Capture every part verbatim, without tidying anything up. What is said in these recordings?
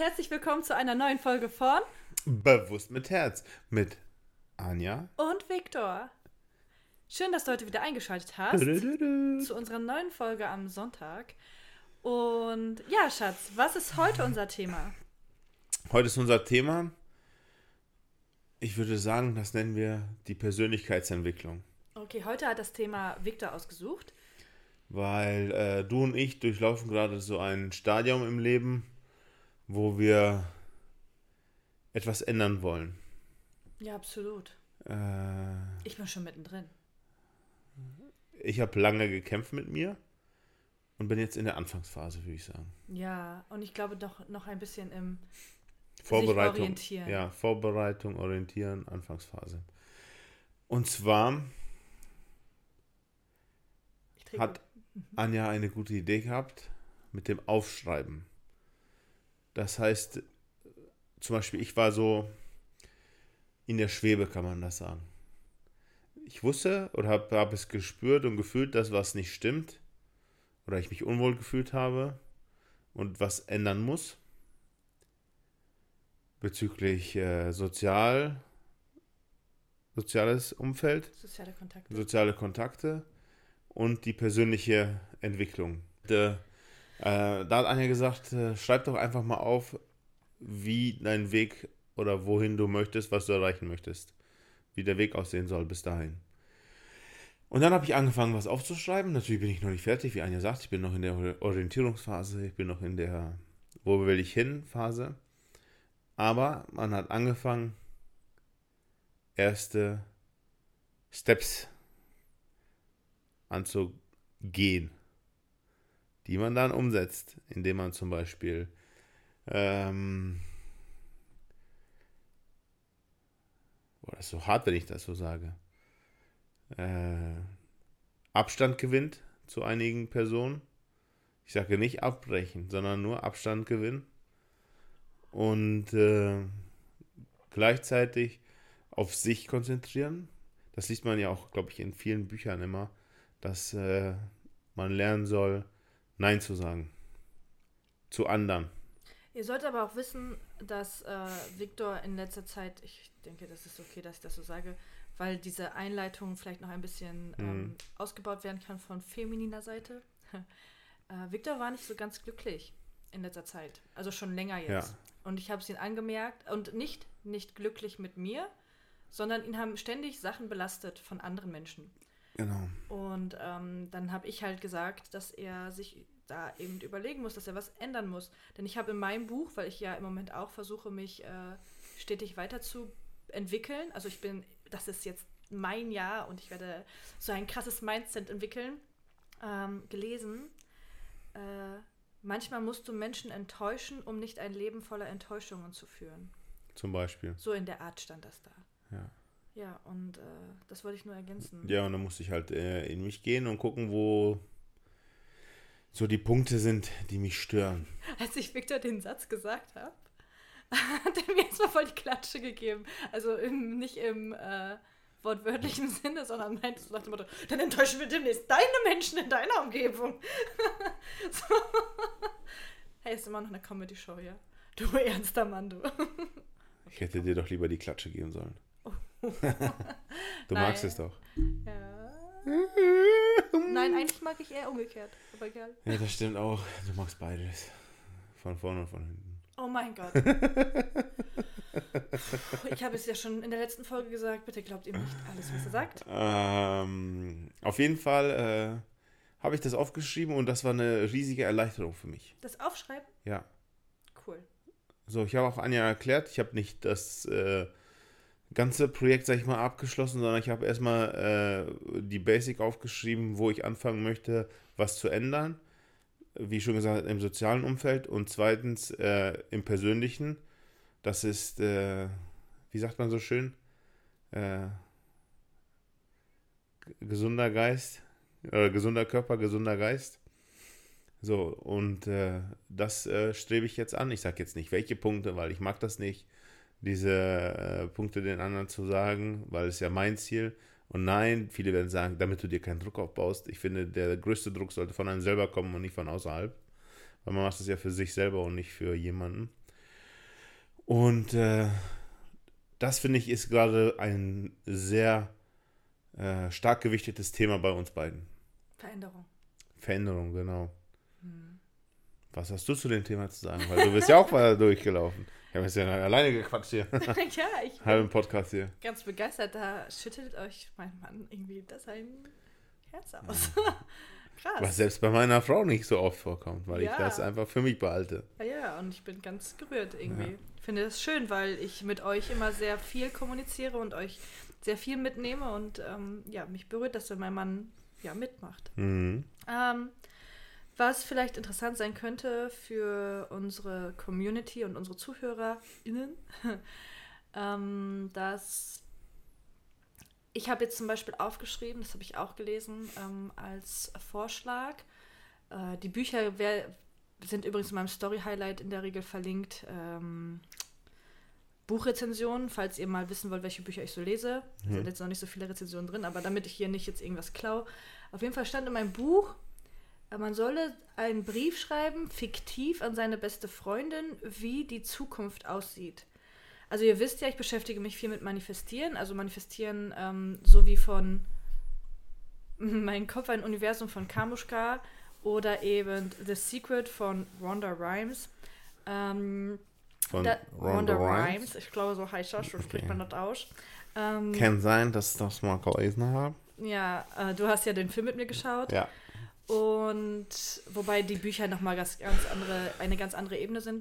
herzlich willkommen zu einer neuen Folge von Bewusst mit Herz mit Anja und Viktor. Schön, dass du heute wieder eingeschaltet hast zu unserer neuen Folge am Sonntag. Und ja, Schatz, was ist heute unser Thema? Heute ist unser Thema, ich würde sagen, das nennen wir die Persönlichkeitsentwicklung. Okay, heute hat das Thema Viktor ausgesucht. Weil äh, du und ich durchlaufen gerade so ein Stadium im Leben, wo wir etwas ändern wollen. Ja, absolut. Äh, Ich bin schon mittendrin. ich habe lange gekämpft mit mir und bin jetzt in der Anfangsphase, würde ich sagen. Ja, und ich glaube doch noch ein bisschen im Vorbereitung, sich orientieren. Ja, Vorbereitung, Orientieren, Anfangsphase. Und zwar Ich trinke- hat Anja eine gute Idee gehabt mit dem Aufschreiben. Das heißt, zum Beispiel, ich war so in der Schwebe, kann man das sagen. Ich wusste oder habe hab es gespürt und gefühlt, dass was nicht stimmt oder ich mich unwohl gefühlt habe und was ändern muss bezüglich äh, sozial, soziales Umfeld, Soziale Kontakte. soziale Kontakte und die persönliche Entwicklung. De, äh, da hat Anja gesagt, äh, schreib doch einfach mal auf, wie dein Weg oder wohin du möchtest, was du erreichen möchtest. Wie der Weg aussehen soll bis dahin. Und dann habe ich angefangen, was aufzuschreiben. Natürlich bin ich noch nicht fertig, wie Anja sagt. Ich bin noch in der Orientierungsphase. Ich bin noch in der Wo will ich hin Phase. Aber man hat angefangen, erste Steps anzugehen, die man dann umsetzt, indem man zum Beispiel ähm, boah, das ist so hart, wenn ich das so sage, äh, Abstand gewinnt zu einigen Personen. Ich sage nicht abbrechen, sondern nur Abstand gewinnen und äh, gleichzeitig auf sich konzentrieren. Das liest man ja auch, glaube ich, in vielen Büchern immer, dass äh, man lernen soll, Nein zu sagen. Zu anderen. Ihr solltet aber auch wissen, dass äh, Viktor in letzter Zeit, ich denke, das ist okay, dass ich das so sage, weil diese Einleitung vielleicht noch ein bisschen ähm, Mhm. ausgebaut werden kann von femininer Seite. äh, Viktor war nicht so ganz glücklich in letzter Zeit, also schon länger jetzt. Ja. Und ich habe es ihn angemerkt und nicht, nicht glücklich mit mir, sondern ihn haben ständig Sachen belastet von anderen Menschen. Genau. Und ähm, dann habe ich halt gesagt, dass er sich da eben überlegen muss, dass er was ändern muss. Denn ich habe in meinem Buch, weil ich ja im Moment auch versuche, mich äh, stetig weiterzuentwickeln, also ich bin, das ist jetzt mein Jahr und ich werde so ein krasses Mindset entwickeln, ähm, gelesen, äh, manchmal musst du Menschen enttäuschen, um nicht ein Leben voller Enttäuschungen zu führen. Zum Beispiel. So in der Art stand das da. Ja. Ja, und äh, das wollte ich nur ergänzen. Ja, und dann musste ich halt äh, in mich gehen und gucken, wo so die Punkte sind, die mich stören. Als ich Viktor den Satz gesagt habe, hat er mir erstmal voll die Klatsche gegeben. Also im, nicht im äh, wortwörtlichen Sinne, sondern meinte so nach dem Motto, dann enttäuschen wir demnächst deine Menschen in deiner Umgebung. So. Hey, ist immer noch eine Comedy-Show, ja? Du ernster Mann, du. Ich hätte dir doch lieber die Klatsche geben sollen. Du Nein. magst es doch. Ja. Nein, eigentlich mag ich eher umgekehrt. Aber egal. Ja, das stimmt auch. Du magst beides. Von vorne und von hinten. Oh mein Gott. Ich habe es ja schon in der letzten Folge gesagt, bitte glaubt ihm nicht alles, was er sagt. Ähm, auf jeden Fall äh, habe ich das aufgeschrieben und das war eine riesige Erleichterung für mich. Das Aufschreiben? Ja. Cool. So, ich habe auch Anja erklärt, ich habe nicht das äh, ganze Projekt, sag ich mal, abgeschlossen, sondern ich habe erstmal äh, die Basic aufgeschrieben, wo ich anfangen möchte, was zu ändern. Wie schon gesagt, im sozialen Umfeld und zweitens äh, im persönlichen. Das ist, äh, wie sagt man so schön, äh, gesunder Geist, äh, gesunder Körper, gesunder Geist. So, und äh, das äh, strebe ich jetzt an. Ich sage jetzt nicht, welche Punkte, weil ich mag das nicht, diese äh, Punkte den anderen zu sagen, weil es ja mein Ziel. Und nein, viele werden sagen, damit du dir keinen Druck aufbaust. Ich finde, der größte Druck sollte von einem selber kommen und nicht von außerhalb. Weil man macht es ja für sich selber und nicht für jemanden. Und äh, das, finde ich, ist gerade ein sehr äh, stark gewichtetes Thema bei uns beiden. Veränderung. Veränderung, genau. Hm. Was hast du zu dem Thema zu sagen? Weil du bist ja auch mal durchgelaufen. Ich habe jetzt ja alleine gequatscht hier. Ja, ich Halben bin Podcast hier. ganz begeistert. Da schüttelt euch mein Mann irgendwie das ein Herz aus. Krass. Was selbst bei meiner Frau nicht so oft vorkommt, weil Ja. ich das einfach für mich behalte. Ja, ja, und ich bin ganz gerührt irgendwie. Ja. Ich finde das schön, weil ich mit euch immer sehr viel kommuniziere und euch sehr viel mitnehme und ähm, ja, mich berührt, dass mein Mann ja mitmacht. Mhm. Ähm, was vielleicht interessant sein könnte für unsere Community und unsere ZuhörerInnen, ähm, dass ich habe jetzt zum Beispiel aufgeschrieben, das habe ich auch gelesen, ähm, als Vorschlag. Äh, die Bücher wär, sind übrigens in meinem Story-Highlight in der Regel verlinkt. Ähm, Buchrezensionen, falls ihr mal wissen wollt, welche Bücher ich so lese. Da Mhm. sind jetzt noch nicht so viele Rezensionen drin, aber damit ich hier nicht jetzt irgendwas klaue. Auf jeden Fall stand in meinem Buch, äh, man solle einen Brief schreiben, fiktiv an seine beste Freundin, wie die Zukunft aussieht. Also ihr wisst ja, ich beschäftige mich viel mit Manifestieren. Also Manifestieren ähm, so wie von Mein Kopf ein Universum von Kamushka oder eben The Secret von Rhonda Rhimes. Ähm, Von da, Rhonda Rhonda Rhimes. Rhimes. Ich glaube, so heißt das, so spricht Okay. man das aus. Ähm, Kann sein, dass ich das mal gelesen habe. ja, äh, du hast ja den Film mit mir geschaut. Ja. Und wobei die Bücher nochmal ganz, ganz andere, eine ganz andere Ebene sind.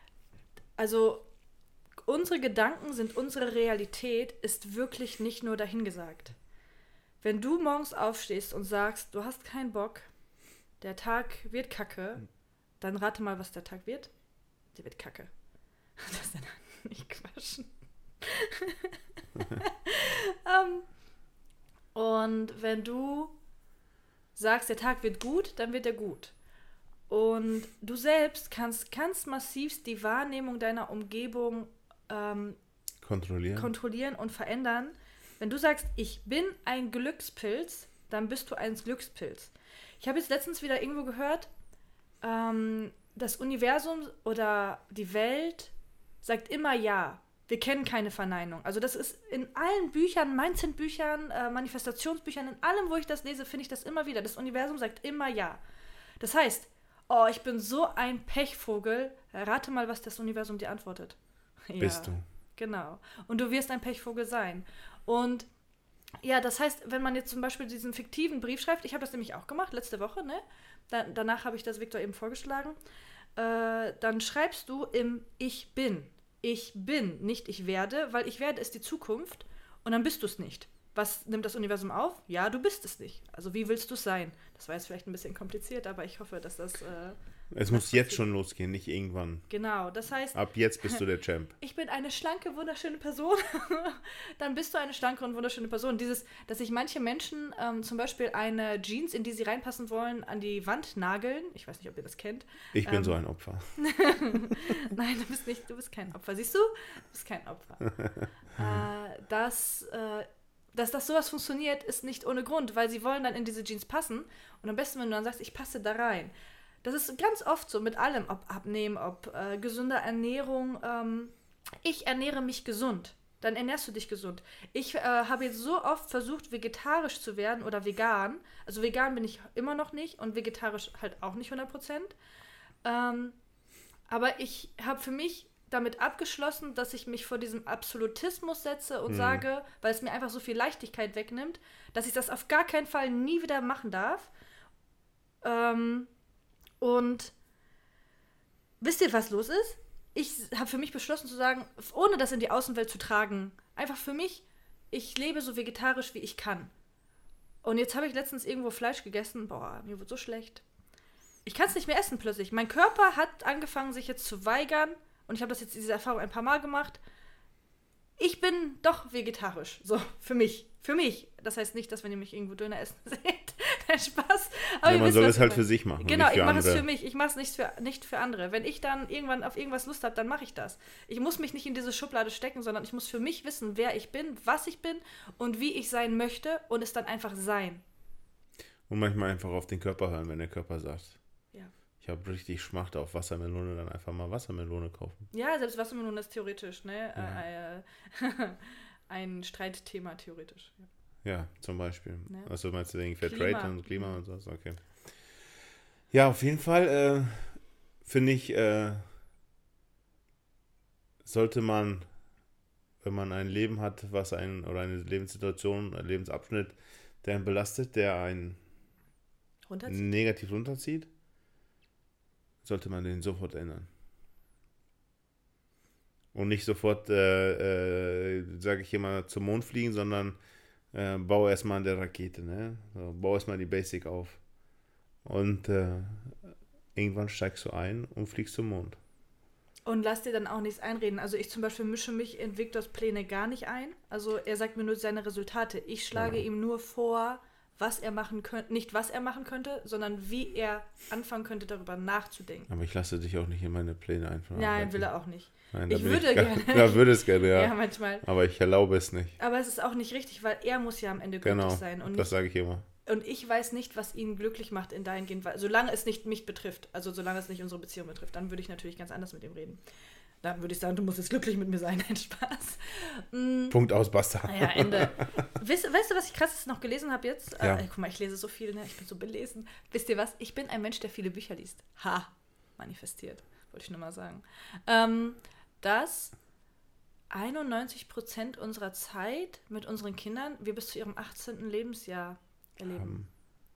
Also unsere Gedanken sind unsere Realität, ist wirklich nicht nur dahingesagt. Wenn du morgens aufstehst und sagst, du hast keinen Bock, der Tag wird kacke, dann rate mal, was der Tag wird. Der wird kacke. Das ist dann nicht quatschen. um, und wenn du sagst, der Tag wird gut, dann wird er gut. Und du selbst kannst ganz massiv die Wahrnehmung deiner Umgebung ähm, Kontrollieren. kontrollieren und verändern. Wenn du sagst, ich bin ein Glückspilz, dann bist du ein Glückspilz. Ich habe jetzt letztens wieder irgendwo gehört, ähm, das Universum oder die Welt sagt immer ja. Wir kennen keine Verneinung. Also das ist in allen Büchern, Mindset-Büchern, äh, Manifestationsbüchern, in allem, wo ich das lese, finde ich das immer wieder. Das Universum sagt immer ja. Das heißt, oh, ich bin so ein Pechvogel. Rate mal, was das Universum dir antwortet. Ja, Bist du. genau. Und du wirst ein Pechvogel sein. Und ja, das heißt, wenn man jetzt zum Beispiel diesen fiktiven Brief schreibt, ich habe das nämlich auch gemacht, letzte Woche, ne? Da, danach habe ich das Viktor eben vorgeschlagen. Äh, dann schreibst du im Ich bin. Ich bin, nicht ich werde, weil ich werde ist die Zukunft und dann bist du es nicht. Was nimmt das Universum auf? Ja, du bist es nicht. Also wie willst du es sein? Das war jetzt vielleicht ein bisschen kompliziert, aber ich hoffe, dass das... Äh, Es muss jetzt schon losgehen, nicht irgendwann. genau, das heißt... Ab jetzt bist du der Champ. Ich bin eine schlanke, wunderschöne Person. Dann bist du eine schlanke und wunderschöne Person. Dieses, dass sich manche Menschen ähm, zum Beispiel eine Jeans, in die sie reinpassen wollen, an die Wand nageln. Ich weiß nicht, ob ihr das kennt. Ich bin Ähm, so ein Opfer. Nein, du bist nicht, du bist kein Opfer. Siehst du? Du bist kein Opfer. äh, dass, äh, dass das sowas funktioniert, ist nicht ohne Grund, weil sie wollen dann in diese Jeans passen. Und am besten, wenn du dann sagst, ich passe da rein. Das ist ganz oft so mit allem, ob Abnehmen, ob äh, gesunder Ernährung. Ähm, ich ernähre mich gesund. Dann ernährst du dich gesund. Ich äh, habe jetzt so oft versucht, vegetarisch zu werden oder vegan. Also vegan bin ich immer noch nicht und vegetarisch halt auch nicht hundert Prozent. Ähm, aber ich habe für mich damit abgeschlossen, dass ich mich vor diesem Absolutismus setze und Mhm. sage, weil es mir einfach so viel Leichtigkeit wegnimmt, dass ich das auf gar keinen Fall nie wieder machen darf. Ähm, und wisst ihr, was los ist? Ich habe für mich beschlossen zu sagen, ohne das in die Außenwelt zu tragen, einfach für mich, ich lebe so vegetarisch, wie ich kann. Und jetzt habe ich letztens irgendwo Fleisch gegessen. Boah, mir wird so schlecht. Ich kann es nicht mehr essen plötzlich. Mein Körper hat angefangen, sich jetzt zu weigern. Und ich habe das jetzt, diese Erfahrung ein paar Mal gemacht. Ich bin doch vegetarisch. So, für mich. Für mich. Das heißt nicht, dass wenn ihr mich irgendwo Döner essen seht, kein Spaß. Aber Ja, ihr man wisst, soll was es ich halt meine. für sich machen. und Genau, nicht für ich mache es andere. für mich. Ich mache es nicht für, nicht für andere. Wenn ich dann irgendwann auf irgendwas Lust habe, dann mache ich das. Ich muss mich nicht in diese Schublade stecken, sondern ich muss für mich wissen, wer ich bin, was ich bin und wie ich sein möchte und es dann einfach sein. Und manchmal einfach auf den Körper hören, wenn der Körper sagt. Ja. Ich Ich habe richtig Schmacht auf Wassermelone, dann einfach mal Wassermelone kaufen. Ja, selbst Wassermelone ist theoretisch, ne? Ja. Äh, äh, ein Streitthema theoretisch. Ja, Ja, zum Beispiel. Ja. Also meinst du wegen Klima. Fairtrade und Klima und so? Okay. Ja, auf jeden Fall äh, finde ich, äh, sollte man, wenn man ein Leben hat, was ein, oder eine Lebenssituation, ein Lebensabschnitt, der einen belastet, der einen Runterzieht? negativ runterzieht, sollte man den sofort ändern. Und nicht sofort, äh, äh, sage ich immer, zum Mond fliegen, sondern äh, bau erstmal an der Rakete, ne? So, bau erstmal die Basic auf. Und äh, irgendwann steigst du ein und fliegst zum Mond. Und lass dir dann auch nichts einreden. Also ich zum Beispiel mische mich in Victors Pläne gar nicht ein. Also er sagt mir nur seine Resultate. Ich schlage Ja. ihm nur vor, was er machen könnte, nicht was er machen könnte, sondern wie er anfangen könnte, darüber nachzudenken. Aber ich lasse dich auch nicht in meine Pläne einfach. Nein, will er auch nicht. Nein, da Ich bin würde gar- gerne. Ja, würde es gerne, ja. Ja, manchmal. Aber ich erlaube es nicht. Aber es ist auch nicht richtig, weil er muss ja am Ende glücklich Genau, sein. Und, das nicht, sage ich immer. und ich weiß nicht, was ihn glücklich macht in dahingehend, weil solange es nicht mich betrifft, also solange es nicht unsere Beziehung betrifft, dann würde ich natürlich ganz anders mit ihm reden. Dann würde ich sagen, du musst jetzt glücklich mit mir sein. Nein, Spaß. Mm. Punkt aus, basta. Naja, Ende. Weißt, weißt du, was ich krasses noch gelesen habe jetzt? Ja. Äh, guck mal, ich lese so viel, ne? Ich bin so belesen. Wisst ihr was? Ich bin ein Mensch, der viele Bücher liest. Ha, manifestiert. Wollte ich nur mal sagen. Ähm, dass einundneunzig Prozent unserer Zeit mit unseren Kindern wir bis zu ihrem achtzehnten Lebensjahr erleben. Ähm,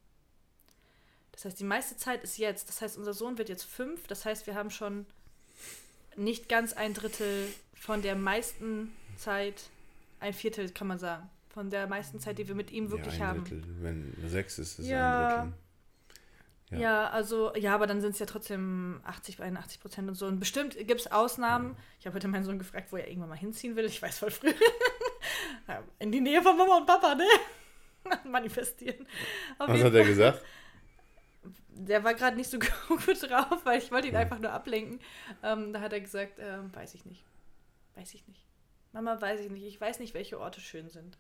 Das heißt, die meiste Zeit ist jetzt. Das heißt, unser Sohn wird jetzt fünf. Das heißt, wir haben schon nicht ganz ein Drittel von der meisten Zeit, ein Viertel kann man sagen, von der meisten Zeit, die wir mit ihm wirklich ja, ein haben. Drittel. Wenn sechs ist, ist es Ja. ein Ja. Ja. also, ja, aber dann sind es ja trotzdem achtzig, einundachtzig Prozent und so. Und bestimmt gibt es Ausnahmen. Ja. Ich habe heute meinen Sohn gefragt, wo er irgendwann mal hinziehen will. Ich weiß voll früh. In die Nähe von Mama und Papa, ne? Manifestieren. Auf Was jeden hat er Fall. gesagt? Der war gerade nicht so gut drauf, weil ich wollte ihn Ja. einfach nur ablenken. Ähm, da hat er gesagt, ähm, weiß ich nicht. Weiß ich nicht. Mama, weiß ich nicht. Ich weiß nicht, welche Orte schön sind.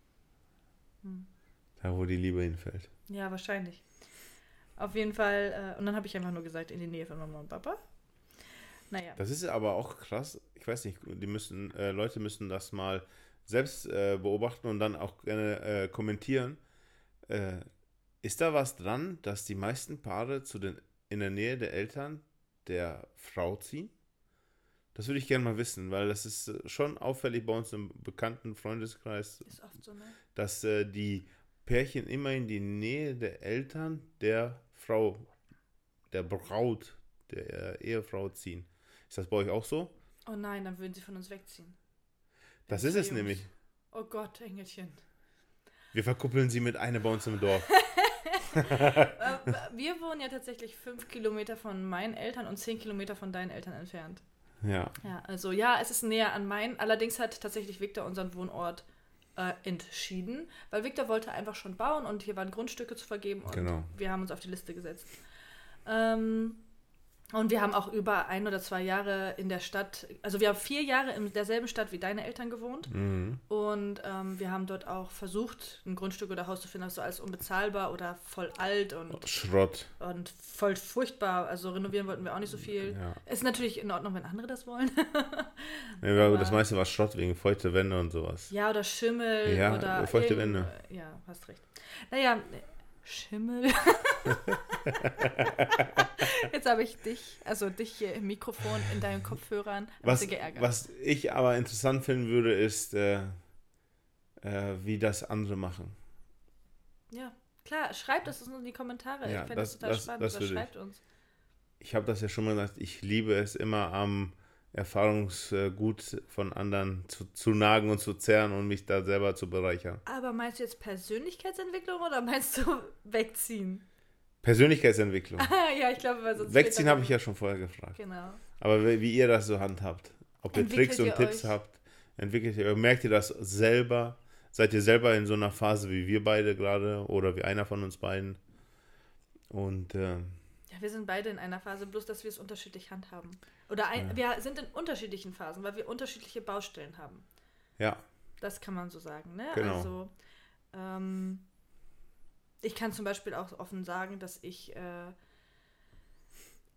Hm. Da, wo die Liebe hinfällt. Ja, wahrscheinlich. Auf jeden Fall. Äh, und dann habe ich einfach nur gesagt, in die Nähe von Mama und Papa. Naja. Das ist aber auch krass. Ich weiß nicht, die müssen, äh, Leute müssen das mal selbst äh, beobachten und dann auch gerne äh, kommentieren. Äh, ist da was dran, dass die meisten Paare zu den, in der Nähe der Eltern der Frau ziehen? Das würde ich gerne mal wissen, weil das ist äh, schon auffällig bei uns im bekannten Freundeskreis, Ist oft so, ne? dass äh, die Pärchen immer in die Nähe der Eltern der Frau, der Braut, der äh, Ehefrau ziehen. Ist das bei euch auch so? Oh nein, dann würden sie von uns wegziehen. Das Ja, ist zwei es Jungs. nämlich. Oh Gott, Engelchen. Wir verkuppeln sie mit einer bei uns im Dorf. äh, wir wohnen ja tatsächlich fünf Kilometer von meinen Eltern und zehn Kilometer von deinen Eltern entfernt. Ja. Ja, also ja, es ist näher an meinen. Allerdings hat tatsächlich Victor unseren Wohnort äh, entschieden, weil Victor wollte einfach schon bauen und hier waren Grundstücke zu vergeben und Genau. wir haben uns auf die Liste gesetzt. Ähm, und wir haben auch über ein oder zwei Jahre in der Stadt, also wir haben vier Jahre in derselben Stadt wie deine Eltern gewohnt. Mhm. Und ähm, wir haben dort auch versucht, ein Grundstück oder Haus zu finden, das so als unbezahlbar oder voll alt und, Schrott. und voll furchtbar. Also renovieren wollten wir auch nicht so viel. Ja. Ist natürlich in Ordnung, wenn andere das wollen. Nee, aber Aber- das meiste war Schrott wegen feuchte Wände und sowas. Ja, oder Schimmel Ja, oder. feuchte irgend- Wände. Ja, hast recht. Naja, Schimmel. Jetzt habe ich dich, also dich hier im Mikrofon, in deinen Kopfhörern, ein Was, bisschen geärgert. was ich aber interessant finden würde, ist, äh, äh, wie das andere machen. Ja, klar, schreibt das uns in die Kommentare. Ja, ich finde das, das- total das- spannend. das Oder würde ich. schreibt uns. Ich habe das ja schon mal gesagt, ich liebe es immer am Erfahrungsgut von anderen zu, zu nagen und zu zerren und mich da selber zu bereichern. Aber meinst du jetzt Persönlichkeitsentwicklung oder meinst du wegziehen? Persönlichkeitsentwicklung. Ja, ich glaube, weil sonst Wegziehen später- habe ich ja schon vorher gefragt. Genau. Aber wie, wie ihr das so handhabt. Ob ihr Entwickelt Tricks und ihr Tipps euch? habt, entwickelt ihr, merkt ihr das selber? Seid ihr selber in so einer Phase wie wir beide gerade oder wie einer von uns beiden? Und äh, Ja, wir sind beide in einer Phase, bloß dass wir es unterschiedlich handhaben. Oder ein, wir sind in unterschiedlichen Phasen, weil wir unterschiedliche Baustellen haben. ja, Das kann man so sagen, ne? Genau. Also, ähm, ich kann zum Beispiel auch offen sagen, dass ich, äh,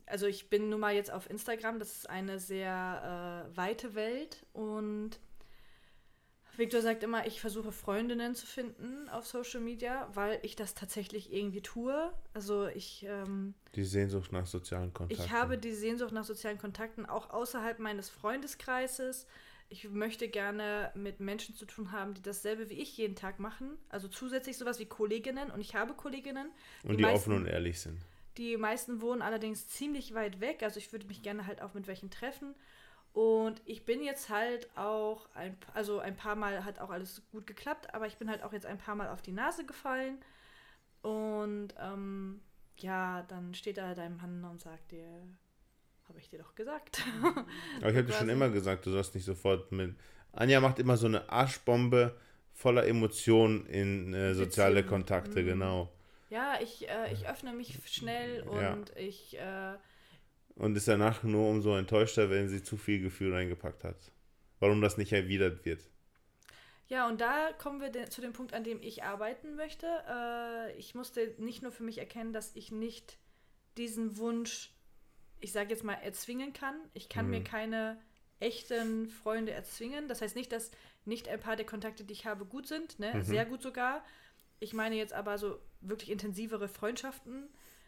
also ich bin nun mal jetzt auf Instagram, das ist eine sehr äh, weite Welt und Victor sagt immer, ich versuche Freundinnen zu finden auf Social Media, weil ich das tatsächlich irgendwie tue. Also ich... Ähm, die Sehnsucht nach sozialen Kontakten. Ich habe die Sehnsucht nach sozialen Kontakten auch außerhalb meines Freundeskreises. Ich möchte gerne mit Menschen zu tun haben, die dasselbe wie ich jeden Tag machen. Also zusätzlich sowas wie Kolleginnen. Und ich habe Kolleginnen. Und die, die meisten, offen und ehrlich sind. Die meisten wohnen allerdings ziemlich weit weg. Also ich würde mich gerne halt auch mit welchen treffen. Und ich bin jetzt halt auch, ein, also ein paar Mal hat auch alles gut geklappt, aber ich bin halt auch jetzt ein paar Mal auf die Nase gefallen. Und ähm, ja, dann steht er deinem Mann und sagt dir, habe ich dir doch gesagt. Aber ich habe dir schon immer gesagt, du sollst nicht sofort mit... Anja macht immer so eine Arschbombe voller Emotionen in äh, soziale Beziehung. Kontakte, mhm. genau. Ja, ich, äh, ich öffne mich schnell und ja. ich... Äh, und ist danach nur umso enttäuschter, wenn sie zu viel Gefühl reingepackt hat. Warum das nicht erwidert wird. Ja, und da kommen wir de- zu dem Punkt, an dem ich arbeiten möchte. Äh, ich musste nicht nur für mich erkennen, dass ich nicht diesen Wunsch, ich sage jetzt mal, erzwingen kann. Ich kann mhm. mir keine echten Freunde erzwingen. Das heißt nicht, dass nicht ein paar der Kontakte, die ich habe, gut sind. Ne? Mhm. Sehr gut sogar. Ich meine jetzt aber so wirklich intensivere Freundschaften,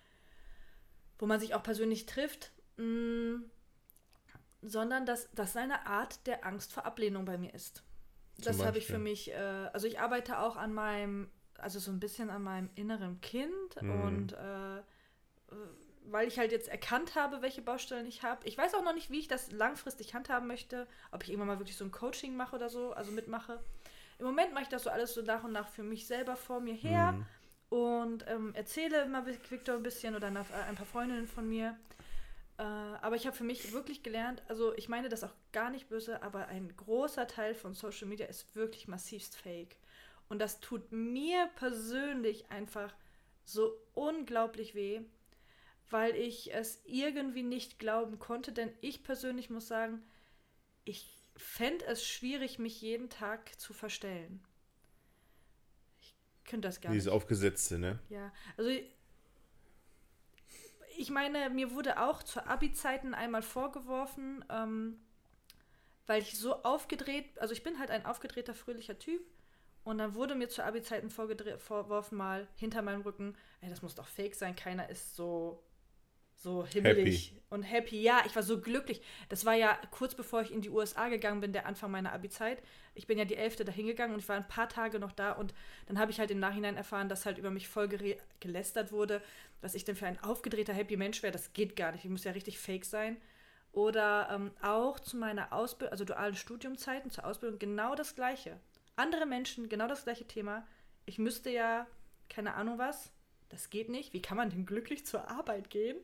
wo man sich auch persönlich trifft. Mh, sondern dass das eine Art der Angst vor Ablehnung bei mir ist. Das habe ich für mich, äh, also ich arbeite auch an meinem, also so ein bisschen an meinem inneren Kind mhm. und äh, weil ich halt jetzt erkannt habe, welche Baustellen ich habe. Ich weiß auch noch nicht, wie ich das langfristig handhaben möchte, ob ich irgendwann mal wirklich so ein Coaching mache oder so, also mitmache. Im Moment mache ich das so alles so nach und nach für mich selber vor mir her mhm. und ähm, erzähle mal Victor ein bisschen oder ein paar Freundinnen von mir. Äh, aber ich habe für mich wirklich gelernt, also ich meine das auch gar nicht böse, aber ein großer Teil von Social Media ist wirklich massivst fake. Und das tut mir persönlich einfach so unglaublich weh, weil ich es irgendwie nicht glauben konnte, denn ich persönlich muss sagen, ich fände es schwierig, mich jeden Tag zu verstellen. Ich könnte das gar nicht. Dieses Aufgesetzte, ne? Ja, also ich meine, mir wurde auch zu Abi-Zeiten einmal vorgeworfen, ähm, weil ich so aufgedreht, also ich bin halt ein aufgedrehter, fröhlicher Typ und dann wurde mir zu Abi-Zeiten vorgeworfen mal hinter meinem Rücken, ey, das muss doch fake sein, keiner ist so, so himmelig happy. Und happy. Ja, ich war so glücklich. Das war ja kurz bevor ich in die U S A gegangen bin, der Anfang meiner Abi-Zeit. Ich bin ja die Elfte dahin gegangen und ich war ein paar Tage noch da und dann habe ich halt im Nachhinein erfahren, dass halt über mich voll gere- gelästert wurde, was ich denn für ein aufgedrehter, happy Mensch wäre. Das geht gar nicht. Ich muss ja richtig fake sein. Oder ähm, auch zu meiner Ausbildung, also dualen Studiumzeiten, zur Ausbildung, genau das Gleiche. Andere Menschen, genau das gleiche Thema. Ich müsste ja, keine Ahnung was, das geht nicht. Wie kann man denn glücklich zur Arbeit gehen?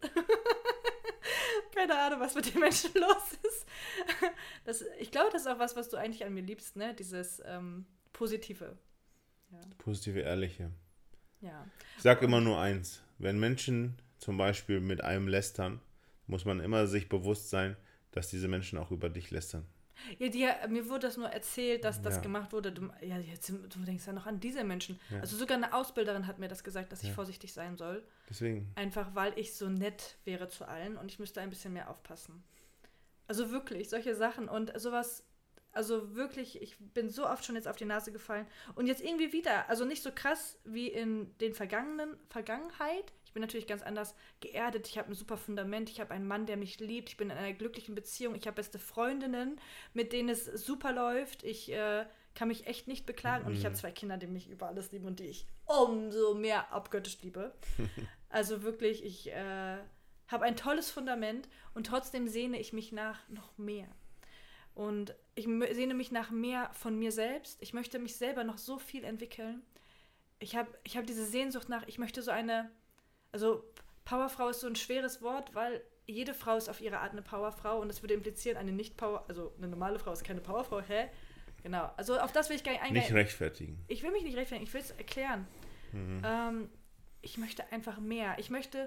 Keine Ahnung, was mit den Menschen los ist. Das, ich glaube, das ist auch was, was du eigentlich an mir liebst, ne? Dieses ähm, Positive. Ja. Positive, Ehrliche. Ja. Ich sage immer nur eins. Wenn Menschen zum Beispiel mit einem lästern, muss man immer sich bewusst sein, dass diese Menschen auch über dich lästern. Ja, die, mir wurde das nur erzählt, dass das ja. gemacht wurde. Du, ja, jetzt, du denkst ja noch an diese Menschen. Ja. Also sogar eine Ausbilderin hat mir das gesagt, dass ich ja. vorsichtig sein soll. Deswegen. Einfach, weil ich so nett wäre zu allen und ich müsste ein bisschen mehr aufpassen. Also wirklich, solche Sachen und sowas, also wirklich, ich bin so oft schon jetzt auf die Nase gefallen und jetzt irgendwie wieder, also nicht so krass wie in den vergangenen Vergangenheit. Ich bin natürlich ganz anders geerdet, ich habe ein super Fundament, ich habe einen Mann, der mich liebt, ich bin in einer glücklichen Beziehung, ich habe beste Freundinnen, mit denen es super läuft, ich äh, kann mich echt nicht beklagen mhm. und ich habe zwei Kinder, die mich über alles lieben und die ich umso mehr abgöttisch liebe. Also wirklich, ich äh, habe ein tolles Fundament und trotzdem sehne ich mich nach noch mehr. Und ich sehne mich nach mehr von mir selbst, ich möchte mich selber noch so viel entwickeln. Ich habe ich hab diese Sehnsucht nach, ich möchte so eine... Also Powerfrau ist so ein schweres Wort, weil jede Frau ist auf ihre Art eine Powerfrau und das würde implizieren, eine Nicht-Power, also eine normale Frau ist keine Powerfrau, hä? Genau, also auf das will ich gar nicht eingehen. Nicht rechtfertigen. Ich will mich nicht rechtfertigen, ich will es erklären. Mhm. Ähm, ich möchte einfach mehr. Ich möchte,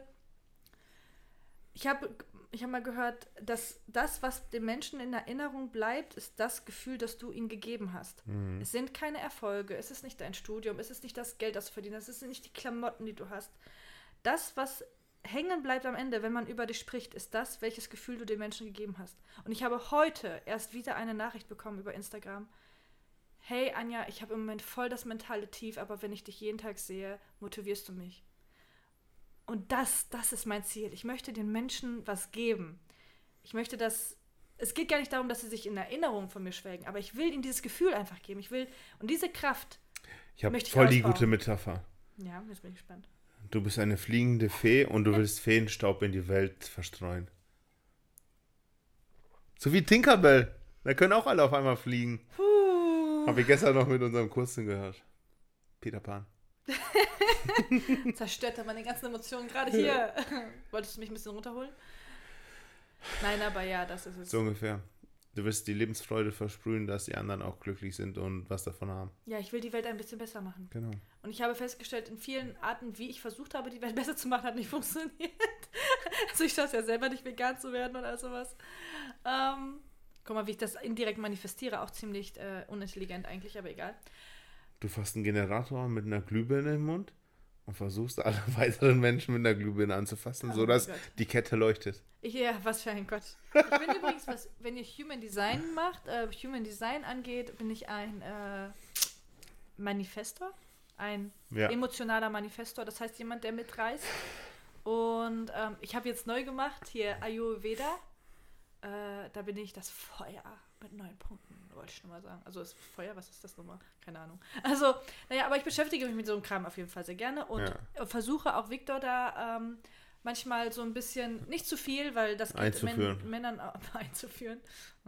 ich habe ich hab mal gehört, dass das, was dem Menschen in Erinnerung bleibt, ist das Gefühl, das du ihm gegeben hast. Mhm. Es sind keine Erfolge, es ist nicht dein Studium, es ist nicht das Geld, das du verdienst, es sind nicht die Klamotten, die du hast. Das, was hängen bleibt am Ende, wenn man über dich spricht, ist das, welches Gefühl du den Menschen gegeben hast. Und ich habe heute erst wieder eine Nachricht bekommen über Instagram. Hey Anja, ich habe im Moment voll das mentale Tief, aber wenn ich dich jeden Tag sehe, motivierst du mich. Und das, das ist mein Ziel. Ich möchte den Menschen was geben. Ich möchte, dass, es geht gar nicht darum, dass sie sich in Erinnerung von mir schwelgen, aber ich will ihnen dieses Gefühl einfach geben. Ich will, und diese Kraft Ich habe möchte ich voll die ausbauen. gute Metapher. Ja, jetzt bin ich gespannt. Du bist eine fliegende Fee und du willst Feenstaub in die Welt verstreuen. So wie Tinkerbell. Da können auch alle auf einmal fliegen. Puh. Habe ich gestern noch mit unserem Kursen gehört. Peter Pan. Zerstört hat meine ganzen Emotionen gerade hier. Wolltest du mich ein bisschen runterholen? Nein, aber ja, das ist es. So ungefähr. Du wirst die Lebensfreude versprühen, dass die anderen auch glücklich sind und was davon haben. Ja, ich will die Welt ein bisschen besser machen. Genau. Und ich habe festgestellt, in vielen Arten, wie ich versucht habe, die Welt besser zu machen, hat nicht funktioniert. Also ich schaffe es ja selber nicht, vegan zu werden oder sowas. Ähm, guck mal, wie ich das indirekt manifestiere, auch ziemlich äh, unintelligent eigentlich, aber egal. Du fasst einen Generator mit einer Glühbirne im Mund und versuchst alle weiteren Menschen mit einer Glühbirne anzufassen, Oh sodass mein Gott. die Kette leuchtet. Ich, ja, was für ein Gott. Ich bin übrigens, was, wenn ihr Human Design macht, äh, Human Design angeht, bin ich ein äh, Manifestor, ein Ja. emotionaler Manifestor, das heißt jemand, der mitreißt. Und ähm, ich habe jetzt neu gemacht, hier Ayurveda, äh, da bin ich das Feuer mit neun Punkten, wollte ich schon mal sagen. Also das Feuer, was ist das nochmal? Keine Ahnung. Also, naja, aber ich beschäftige mich mit so einem Kram auf jeden Fall sehr gerne und Ja. versuche auch Victor da ähm, manchmal so ein bisschen, nicht zu viel, weil das geht Einzuführen. Män- Männern auch einzuführen.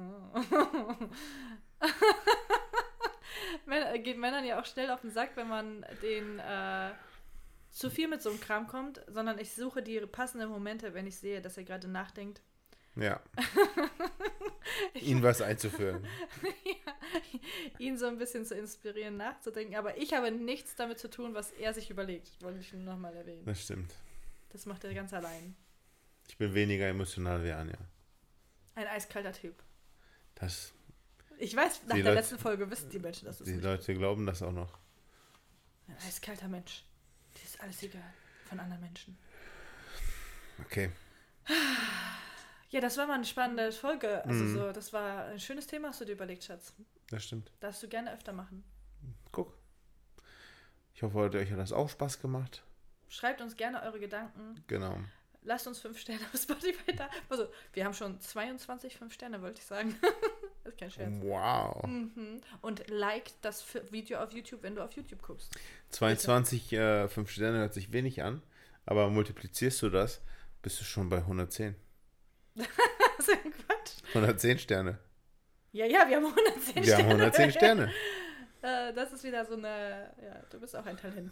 Männer, geht Männern ja auch schnell auf den Sack, wenn man den äh, zu viel mit so einem Kram kommt, sondern ich suche die passenden Momente, wenn ich sehe, dass er gerade nachdenkt. Ja. Ihn was einzuführen. Ja, ihn so ein bisschen zu inspirieren, nachzudenken. Aber ich habe nichts damit zu tun, was er sich überlegt. Wollte ich nur nochmal erwähnen. Das stimmt. Das macht er ganz allein. Ich bin weniger emotional wie Anja. Ein eiskalter Typ. Das, Ich weiß, nach Die der Leute- letzten Folge wissen die Menschen, dass es die nicht Leute glauben das auch noch. ein eiskalter Mensch. Dir ist alles egal von anderen Menschen. Okay. Ja, das war mal eine spannende Folge. Also Mhm. so, das war ein schönes Thema, hast du dir überlegt, Schatz. Das stimmt. Darfst du gerne öfter machen. Guck. Ich hoffe, heute euch hat das auch Spaß gemacht. Schreibt uns gerne eure Gedanken. Genau. Lasst uns fünf Sterne auf Spotify da. Also, wir haben schon zweiundzwanzig fünf Sterne, wollte ich sagen. Das ist kein Scherz. Wow. Mhm. Und liked das F- Video auf YouTube, wenn du auf YouTube guckst. zweiundzwanzig äh, fünf Sterne hört sich wenig an, aber multiplizierst du das, bist du schon bei hundertzehn. Was für ein Quatsch. hundertzehn Sterne. Ja, ja, wir haben hundertzehn Wir Sterne. haben hundertzehn Sterne. Äh, das ist wieder so eine, ja, du bist auch ein Talent.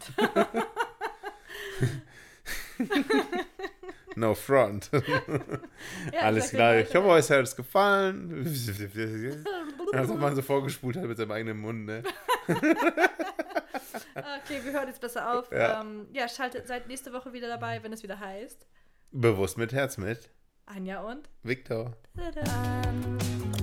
No front. Ja, Alles sag dir klar. weiter. Ich hoffe, euch hat es gefallen. Als ob man so vorgespult hat mit seinem eigenen Mund, ne? Okay, wir hören jetzt besser auf. Ja. Ja, ähm, ja schaltet, seid nächste Woche wieder dabei, wenn es wieder heißt. Bewusst mit Herz mit Anja und Victor. Tada.